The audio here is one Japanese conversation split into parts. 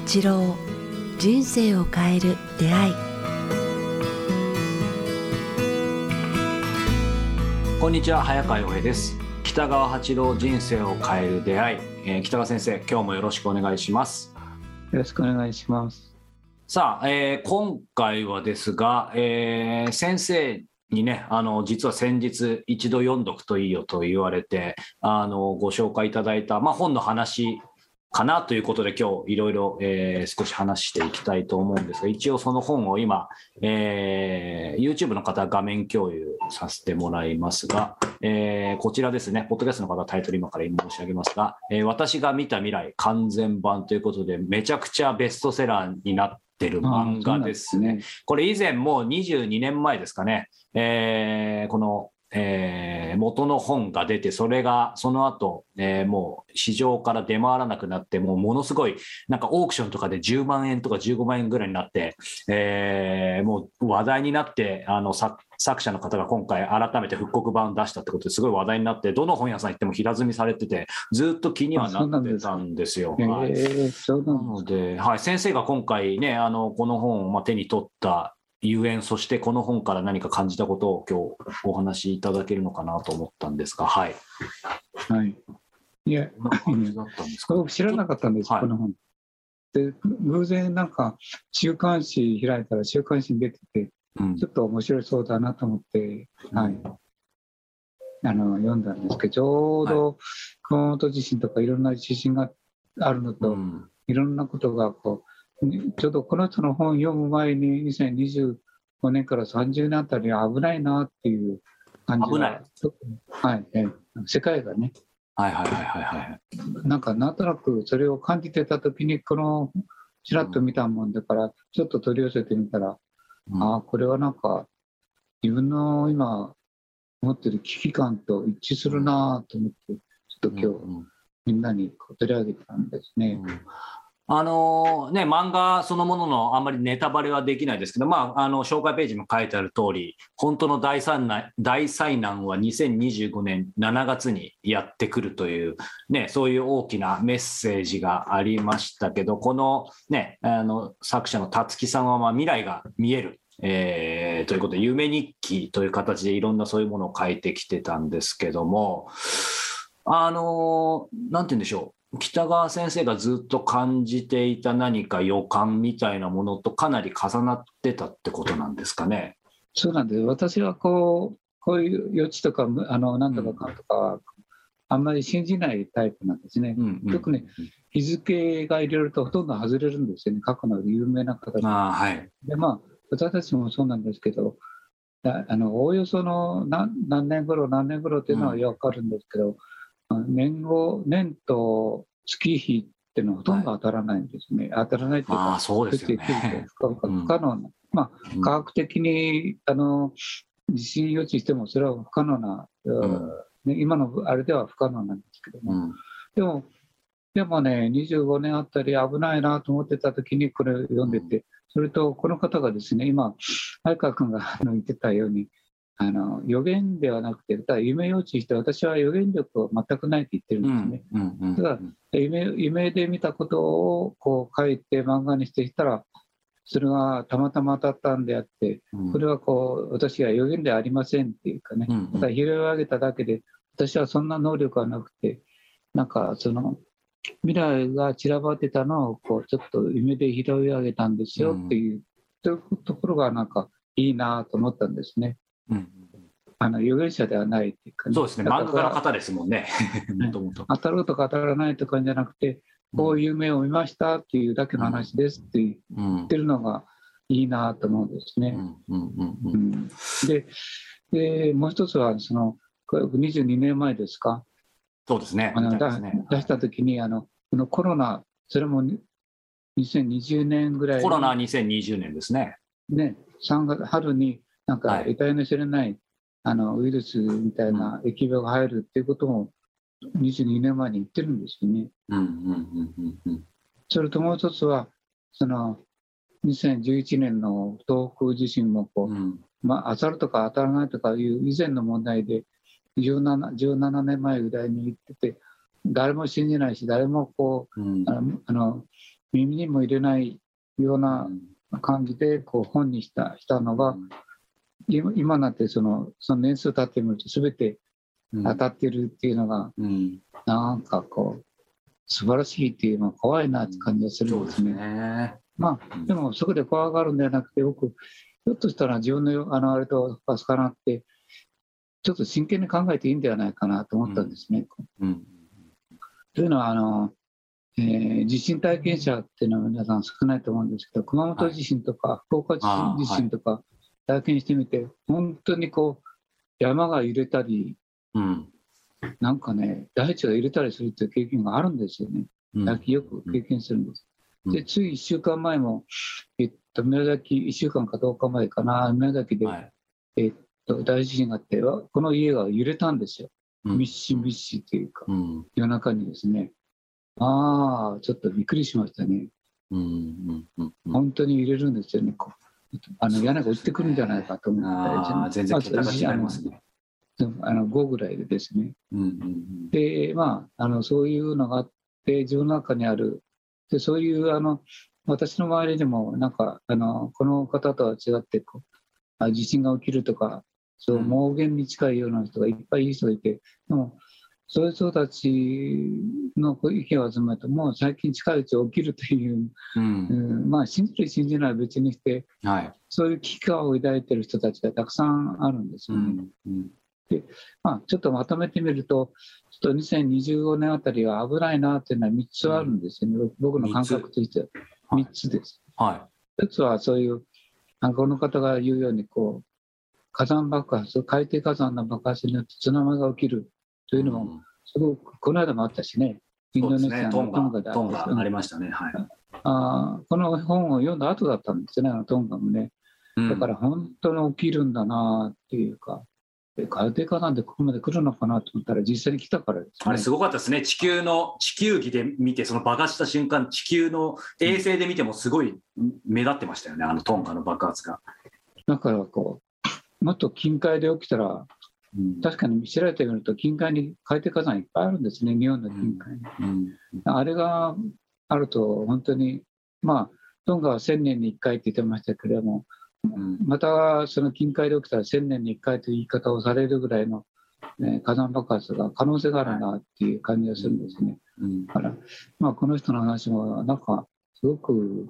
八郎、人生を変える出会い。 こんにちは、早川洋平です。北川八郎、人生を変える出会い、北川先生、今日もよろしくお願いします。 よろしくお願いします。 さあ、今回はですが、先生にね、実は先日一度読んどくといいよと言われてご紹介いただいた、本の話かなということで、今日いろいろ少し話していきたいと思うんですが、一応その本を今、YouTube の方は画面共有させてもらいますが、こちらですね、ポッドキャストの方はタイトル今から申し上げますが、私が見た未来完全版ということで、めちゃくちゃベストセラーになってる漫画ですね。これ以前もう22年前ですかね、この元の本が出て、それがその後、もう市場から出回らなくなって、もうものすごいなんかオークションとかで10万円とか15万円ぐらいになって、もう話題になって、作者の方が今回改めて復刻版を出したってことですごい話題になって、どの本屋さん行っても平積みされてて、ずっと気にはなってたんですよ。なので、はい、先生が今回ね、この本を手に取ったゆえん、そしてこの本から何か感じたことを今日お話しいただけるのかなと思ったんですが、はい。 はい。いや、僕知らなかったんです、はい、この本。で、偶然なんか週刊誌開いたら週刊誌に出てて、ちょっと面白そうだなと思って、はい。読んだんですけど、ちょうど熊本地震とかいろんな地震があるのと、いろんなことがこう、ちょうどこの人の本を読む前に2025年から30年あたりは危ないなっていう感じが、 危ない、 はい、世界がね、なんとなくそれを感じてた時にこのちらっと見たもんだから、ちょっと取り寄せてみたら、これはなんか自分の今持ってる危機感と一致するなと思って、ちょっと今日みんなに取り上げたんですね。 漫画そのもののあんまりネタバレはできないですけど、紹介ページにも書いてある通り、本当の大災難は2025年7月にやってくるという、ね、そういう大きなメッセージがありましたけど、この、ね、作者の辰木さんは未来が見える、ということで夢日記という形でいろんなそういうものを書いてきてたんですけども、なんて言うんでしょう、北川先生がずっと感じていた何か予感みたいなものとかなり重なってたってことなんですかね。 そうなんです。私はこういう予知とかなんとかかんとかはあんまり信じないタイプなんですね。特に日付が入れるとほとんど外れるんですよね。過去の有名な方で。で私たちもそうなんですけど、おおよその何年頃っていうのは分かるんですけど、年と月日っていうのはほとんど当たらないんですね。当たらないというか、 そうですよね。 不可能な、科学的に地震予知してもそれは不可能な、今のあれでは不可能なんですけども、でもね、25年あったり危ないなと思ってた時にこれを読んでて、それとこの方がですね、今相川君が言ってたように、予言ではなくて、ただ夢予知して、私は予言力は全くないと言ってるんですね。ただ夢で見たことをこう書いて漫画にしてきたら、それがたまたま当たったんであって、これはこう私は予言ではありませんっていうかね、ただ拾い上げただけで、私はそんな能力はなくて、なんかその未来が散らばってたのをこうちょっと夢で拾い上げたんですよっていう、ところがなんかいいなと思ったんですね。預言者ではないっていうか、 そうですね、漫画家の方ですもんね。 当たるとか当たらないとかじゃなくて、こういう夢を見ましたっていうだけの話ですって言ってるのがいいなと思うんですね。でもう一つは22年前ですか。 そうですね。 出した時にこのコロナ、それも2020年ぐらいコロナは2020年ですね。 3月春になんか得体の知れないウイルスみたいな疫病が入るっていうことも22年前に言ってるんですよね。それともう一つは2011年の東北地震も当たるとか当たらないとかいう以前の問題で17年前ぐらいに言ってて、誰も信じないし、誰も耳にも入れないような感じでこう本にしたのが、今なんてその年数経ってみると全て当たってるっていうのが、なんかこう素晴らしいっていうのは怖いなって感じがするんですね。まあでもそこで怖がるんではなくて、僕ひょっとしたら自分のあれと重なってちょっと真剣に考えていいんではないかなと思ったんですね。というのは地震体験者っていうのは皆さん少ないと思うんですけど、熊本地震とか福岡地震とか体験してみて、本当にこう山が揺れたり、なんかね、大地が揺れたりするっていう経験があるんですよね。よく経験するんです。で、つい1週間前も、宮崎、1週間か10日前かな、宮崎で、大地震があって、この家が揺れたんですよ。みっしみっしというか、夜中にですね。ちょっとびっくりしましたね。本当に揺れるんですよね。屋根が落ちてくるんじゃないかと思ったり、 全然桁が違いますね。 5ぐらいでですね。で、そういうのがあって、自分の中にある。で、そういう私の周りでも、なんかこの方とは違って地震が起きるとか、そう妄言に近いような人がいっぱいいる人がいて、でもそういう人たちの意見を集めると、もう最近近いうち起きるという、信じる信じないは別にして、そういう危機感を抱いている人たちがたくさんあるんですよね。でちょっとまとめてみると、ちょっと2025年あたりは危ないなというのは3つあるんですよね、僕の感覚としては。3つです。1つはそういう、この方が言うように火山爆発、海底火山の爆発によって津波が起きるというのも、すごくこの間もあったしね、インドネシアのトンガでトンガありましたね。 この本を読んだ後だったんですね、トンガもね。だから本当に起きるんだなっていうか、海底火山でここまで来るのかなと思ったら実際に来たからですね。 あれすごかったですね。地球儀で見て、その爆発した瞬間、地球の衛星で見てもすごい目立ってましたよね、トンガの爆発が。 だからもっと近海で起きたら、確かに調べてみると近海に海底火山いっぱいあるんですね、日本の近海に。あれがあると本当に、トンガは1000年に1回って言ってましたけれども、またその近海で起きたら1000年に1回という言い方をされるぐらいの、火山爆発が可能性があるなっていう感じがするんですね。だから、この人の話もなんかすごく、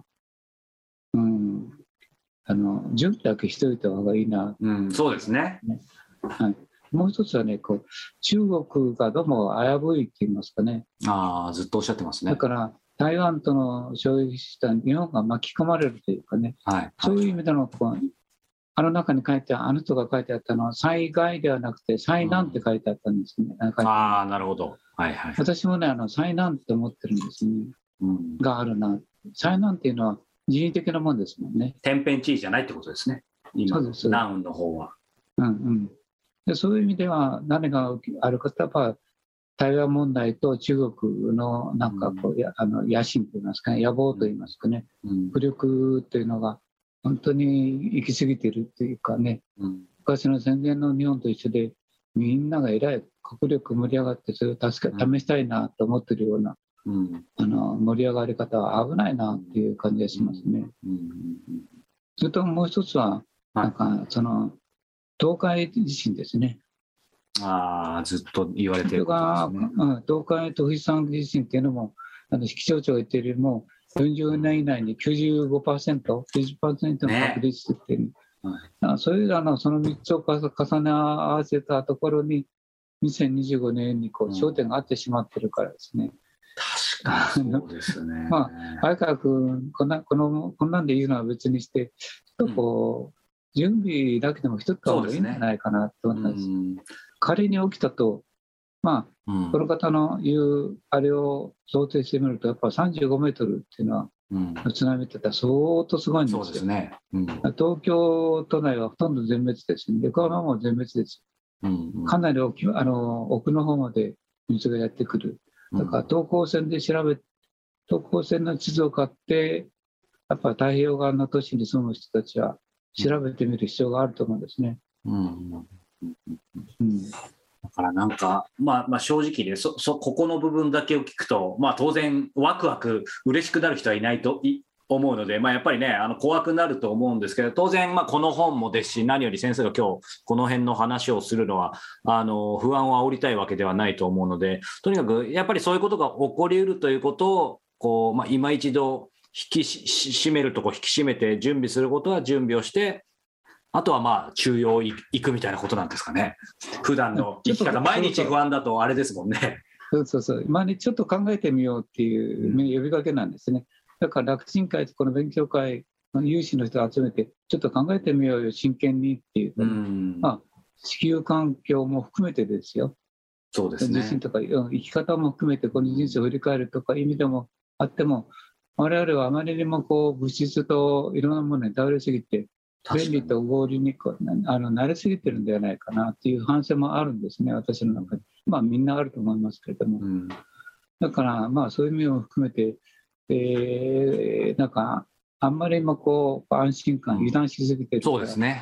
準備だけしておいた方がいいな、 そうですね。 もう一つはね、中国がどうも危ういって言いますかね。 ずっとおっしゃってますね。 だから台湾との衝撃した日本が巻き込まれるというかね、そういう意味での中に書いて人が書いてあったのは災害ではなくて災難って書いてあったんですね。 なるほど。 私もね災難って思ってるんですね。があるな。災難っていうのは人為的なもんですもんね。 天変地異じゃないってことですね。今のナウンの方は。 でそういう意味では何があるかというと、台湾問題と中国のなんか野心といいますかね、野望といいますかね、武力というのが本当に行き過ぎているというかね、昔の戦前の日本と一緒で、みんなが偉い国力盛り上がって、それを試したいなと思っているような、盛り上がり方は危ないなっていう感じがしますね。それともう一つは、なんか東海地震ですね。 ずっと言われていることですね。 東海と富士山地震っていうのも、気象庁が言っているよりも、40年以内に 95%、90% の確率っていう、それらのその3つを重ね合わせたところに、2025年に焦点が合ってしまってるからですね。 確かにそうですね。 早川君、こんなんで言うのは別にして、ちょっと準備だけでも一つかもいいんじゃないかなと思ったんです。仮に起きたと、この方の言うあれを想定してみると、やっぱ35メートルっていうのは、津波って言ったら相当すごいんですよ。 そうですね。 東京都内はほとんど全滅ですね。横浜も全滅です。かなり奥の方まで水がやってくる。だから東高線の地図を買って、やっぱ太平洋側の都市に住む人たちは調べてみる必要があると思うんですね。 からなんか、正直ね、ここの部分だけを聞くと、当然ワクワク嬉しくなる人はいないと思うので、やっぱりね、怖くなると思うんですけど、当然この本もですし、何より先生が今日この辺の話をするのは不安を煽りたいわけではないと思うので、とにかくやっぱりそういうことが起こりうるということを今一度引き締めるとこ引き締めて準備することは準備をして、あとは中庸行くみたいなことなんですかね。普段の生き方、毎日不安だとあれですもんね。 そう、ちょっと考えてみようっていう呼びかけなんですね。だから楽ちん会とこの勉強会の有志の人を集めてちょっと考えてみようよ真剣にっていう、地球環境も含めてですよ。 そうですね。 自身とか生き方も含めてこの人生を振り返るとか意味でもあっても、我々はあまりにも物質といろんなものに頼りすぎて便利と合理に慣れすぎてるんではないかなっていう反省もあるんですね、私の中で。みんなあると思いますけれども、だからそういう意味を含めて、なんかあんまり今安心感油断しすぎてるから、 そうですね、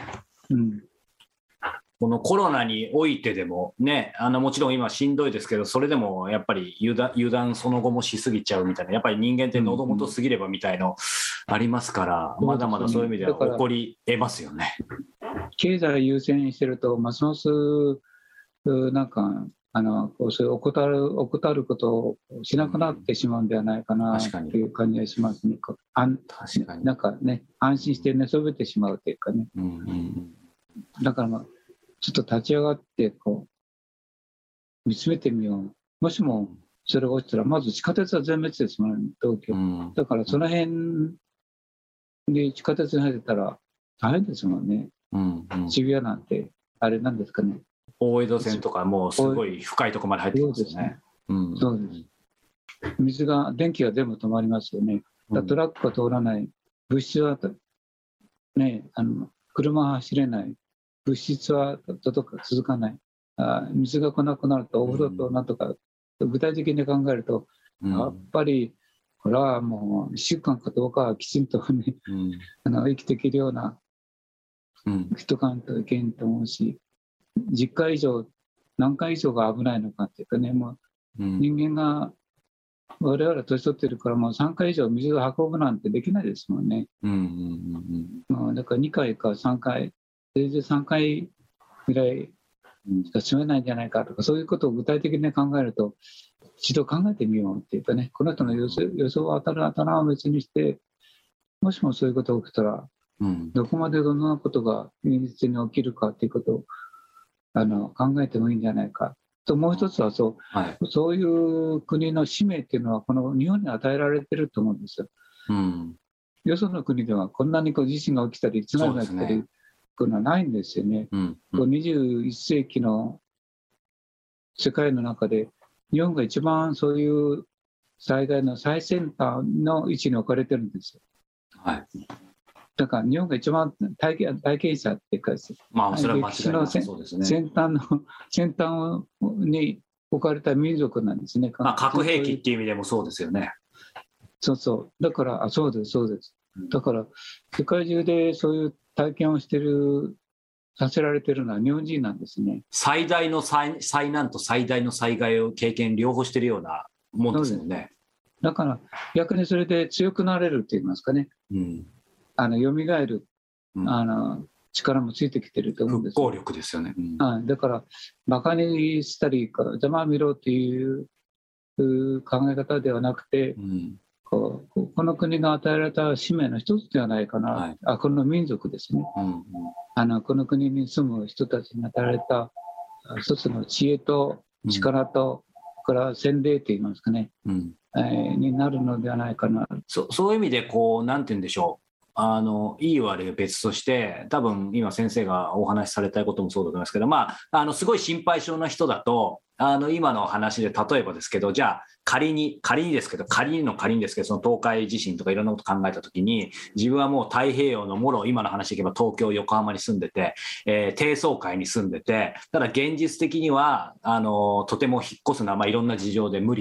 このコロナにおいてでもね、もちろん今しんどいですけど、それでもやっぱり油断その後もしすぎちゃうみたいな、やっぱり人間って喉元すぎればみたいのありますから、まだまだそういう意味では起こり得ますよね。経済優先してるとますますなんかそういう怠ることをしなくなってしまうんではないかなという感じがしますね。確かになんかね、安心して寝そべってしまうというかね、だからちょっと立ち上がって見つめてみよう。もしもそれが落ちたらまず地下鉄は全滅ですもんね、東京。だからその辺で地下鉄に入ってたら大変ですもんね。渋谷なんてあれなんですかね、 大江戸線とかもうすごい深いところまで入ってますよね。 そうです。電気が全部止まりますよね。トラックが通らない、物質はね、車は走れない、物質は続かない、水が来なくなるとお風呂となんとか、具体的に考えると、やっぱりこれはもう1週間かどうかはきちんとね、生きていけるような人かんといけんと思うし、10回以上何回以上が危ないのかっていうかね、もう人間が我々は年取ってるからもう3回以上水を運ぶなんてできないですもんね。だから2回か3回、せいぜい3回ぐらいしか住めないんじゃないかとか、そういうことを具体的に考えると一度考えてみようっていうかね、この人の予想は当たる当たらんは別にして、もしもそういうことが起きたら、どこまでどんなことが現実に起きるかっていうことを考えてもいいんじゃないかと。もう一つはそういう国の使命っていうのはこの日本に与えられてると思うんですよ。よその国ではこんなに地震が起きたり津波が来たりっていうのはないんですよね。21世紀の世界の中で日本が一番そういう災害の最先端の位置に置かれてるんですよ。だから日本が一番体験者っていうか、 それは間違いなさそうですね。 先端に置かれた民族なんですね。 核兵器っていう意味でもそうですよね。 だからそうです。だから世界中でそういう体験をさせられてるのは日本人なんですね。 最大の災難と最大の災害を経験両方してるようなもんですよね。 だから逆にそれで強くなれるって言いますかね。蘇る力もついてきてると思うんです。 復興力ですよね。 だからバカにしたりざまあみろっていう考え方ではなくて、この国が与えられた使命の一つではないかな、この民族ですね、この国に住む人たちに与えられた一つの知恵と力と、これは洗礼といいますかね、になるのではないかな。 そういう意味でなんて言うんでしょう、いい悪いは別として、多分今先生がお話しされたいこともそうだと思いますけど、すごい心配性な人だと今の話で例えばですけど、じゃあ仮にですけど、仮にですけど、その東海地震とかいろんなこと考えたときに、自分はもう太平洋のもろ、今の話でいけば東京横浜に住んでて、低層階に住んでて、ただ現実的にはとても引っ越すのはいろんな事情で無理と。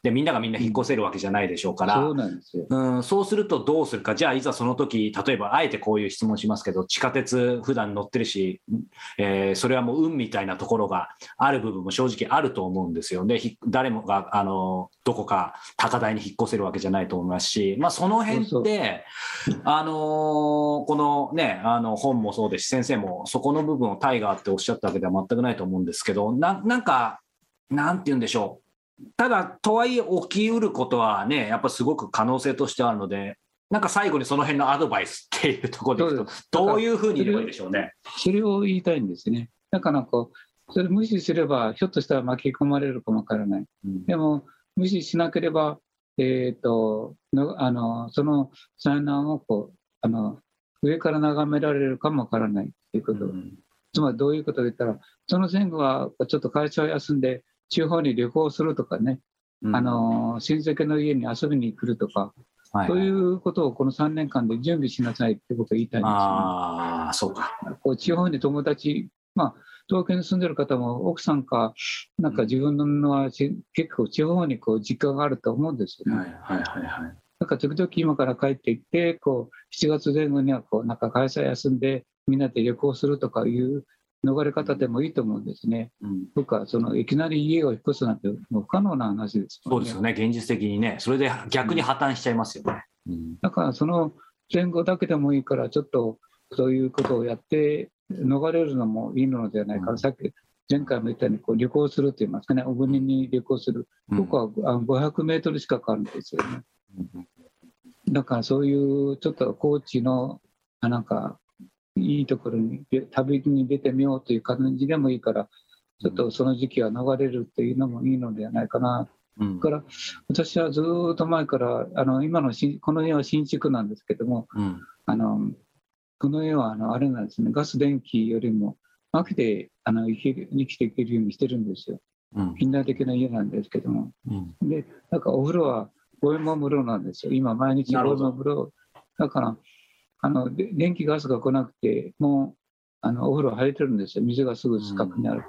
でみんながみんな引っ越せるわけじゃないでしょうから、 そうなんですよ。 そうするとどうするか。じゃあいざその時、例えばあえてこういう質問しますけど、地下鉄普段乗ってるし、それはもう運みたいなところがある部分も正直あると思うんですよ。で誰もがどこか高台に引っ越せるわけじゃないと思いますし、その辺ってこのね本もそうですし、先生もそこの部分をタイガーっておっしゃったわけでは全くないと思うんですけど、なんかなんて言うんでしょう。ただとはいえ起きうることはね、やっぱすごく可能性としてあるので、なんか最後にその辺のアドバイスっていうところでいくと、どういうふうに言えばいいでしょうね。 それを言いたいんですね。だからそれ無視すればひょっとしたら巻き込まれるかもわからない。でも無視しなければ、その災難を上から眺められるかもわからないということ。つまりどういうことを言ったら、その前後はちょっと会社を休んで地方に旅行するとかね、親戚の家に遊びに来るとか、そういうことをこの3年間で準備しなさいって僕は言いたいんですよね。そうか。地方に友達、東京に住んでる方も奥さんかなんか自分のは結構地方に実家があると思うんですよね。なんか時々今から帰っていって7月前後にはなんか会社休んでみんなで旅行するとかいう逃れ方でもいいと思うんですね。僕はいきなり家を引っ越すなんてもう不可能な話ですもんね。 そうですよね、現実的にね。それで逆に破綻しちゃいますよね。 だからその前後だけでもいいからちょっとそういうことをやって逃れるのもいいのではないか、さっき前回も言ったように旅行すると言いますかね、小国に旅行する、僕は500メートル近くあるんですよね。だからそういうちょっと高知のなんかいいところに旅に出てみようという感じでもいいから、ちょっとその時期は逃れるっていうのもいいのではないかな。だから私はずっと前から今のこの家は新築なんですけども、この家はあれなんですね、ガス電気よりも薪で生きていけるようにしてるんですよ。近代的な家なんですけども、でなんかお風呂は五右衛門風呂なんですよ。今毎日五右衛門風呂だから電気ガスが来なくてもうお風呂入れてるんですよ。水がすぐ近くにあるから、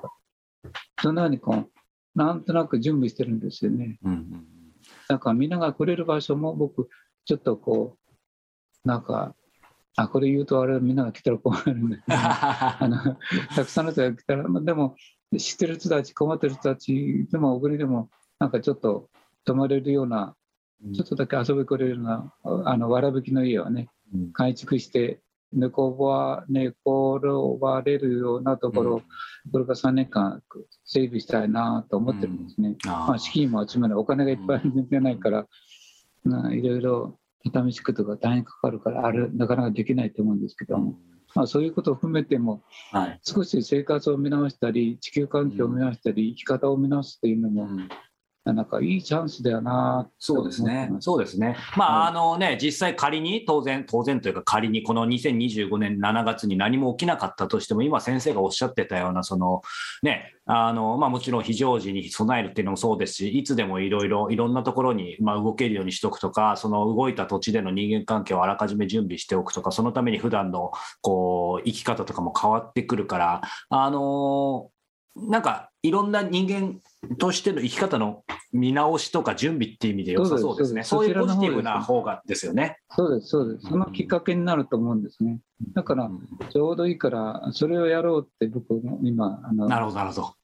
そんなふうになんとなく準備してるんですよね。だからみんなが来れる場所も僕ちょっとなんかこれ言うとあれみんなが来たら困るんだけどたくさんの人が来たら、でも知ってる人たち困ってる人たちでも小国でもなんかちょっと泊まれるような、ちょっとだけ遊び来れるようなわらぶきの家をね改築して寝転ばれるようなところをこれから3年間整備したいなと思ってるんですね。資金も集めない、お金がいっぱい出ないから、いろいろ畳敷くとか大変かかるからなかなかできないと思うんですけども、そういうことを含めても、少し生活を見直したり地球環境を見直したり、生き方を見直すというのも、なんかいいチャンスだよな。 そうですね。実際仮に当然というか仮にこの2025年7月に何も起きなかったとしても、今先生がおっしゃってたようなもちろん非常時に備えるっていうのもそうですし、いつでもいろんなところに動けるようにしておくとか、その動いた土地での人間関係をあらかじめ準備しておくとか、そのために普段の生き方とかも変わってくるから、なんかいろんな人間としての生き方の見直しとか準備っていう意味で良さそうですね。そういうポジティブな方がですよね。 そうです、そうです。そのきっかけになると思うんですね。だからちょうどいいからそれをやろうって僕も今なるほどなるほど。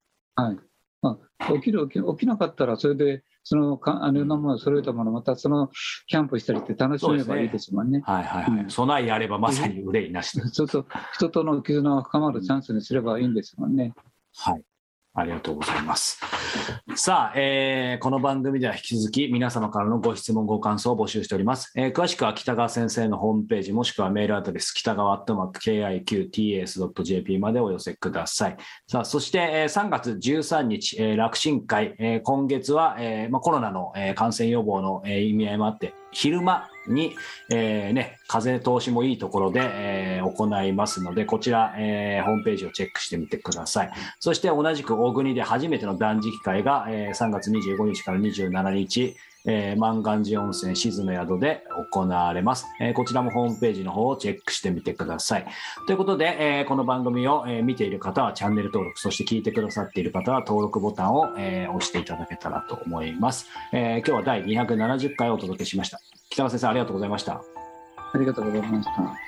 起きなかったらそれでいろんなものを揃えたものまたそのキャンプしたりって楽しめばいいですもんね。 備えあればまさに憂いなし。 人との絆を深まるチャンスにすればいいんですもんね。 ありがとうございます。さあ、この番組では引き続き皆様からのご質問ご感想を募集しております。詳しくは北川先生のホームページもしくはメールアドレス北川@kiqtas.jp までお寄せください。さあ、そして、3月13日、楽神会、今月は、コロナの、感染予防の、意味合いもあって昼間に、風通しもいいところで、行いますので、こちら、ホームページをチェックしてみてください。そして同じく大国で初めての断食会が、3月25日から27日、 万願寺温泉静の宿で行われます。こちらもホームページの方をチェックしてみてください。ということで、この番組を見ている方はチャンネル登録、そして聞いてくださっている方は登録ボタンを押していただけたらと思います。今日は第270回をお届けしました。北川先生、ありがとうございました。 ありがとうございました。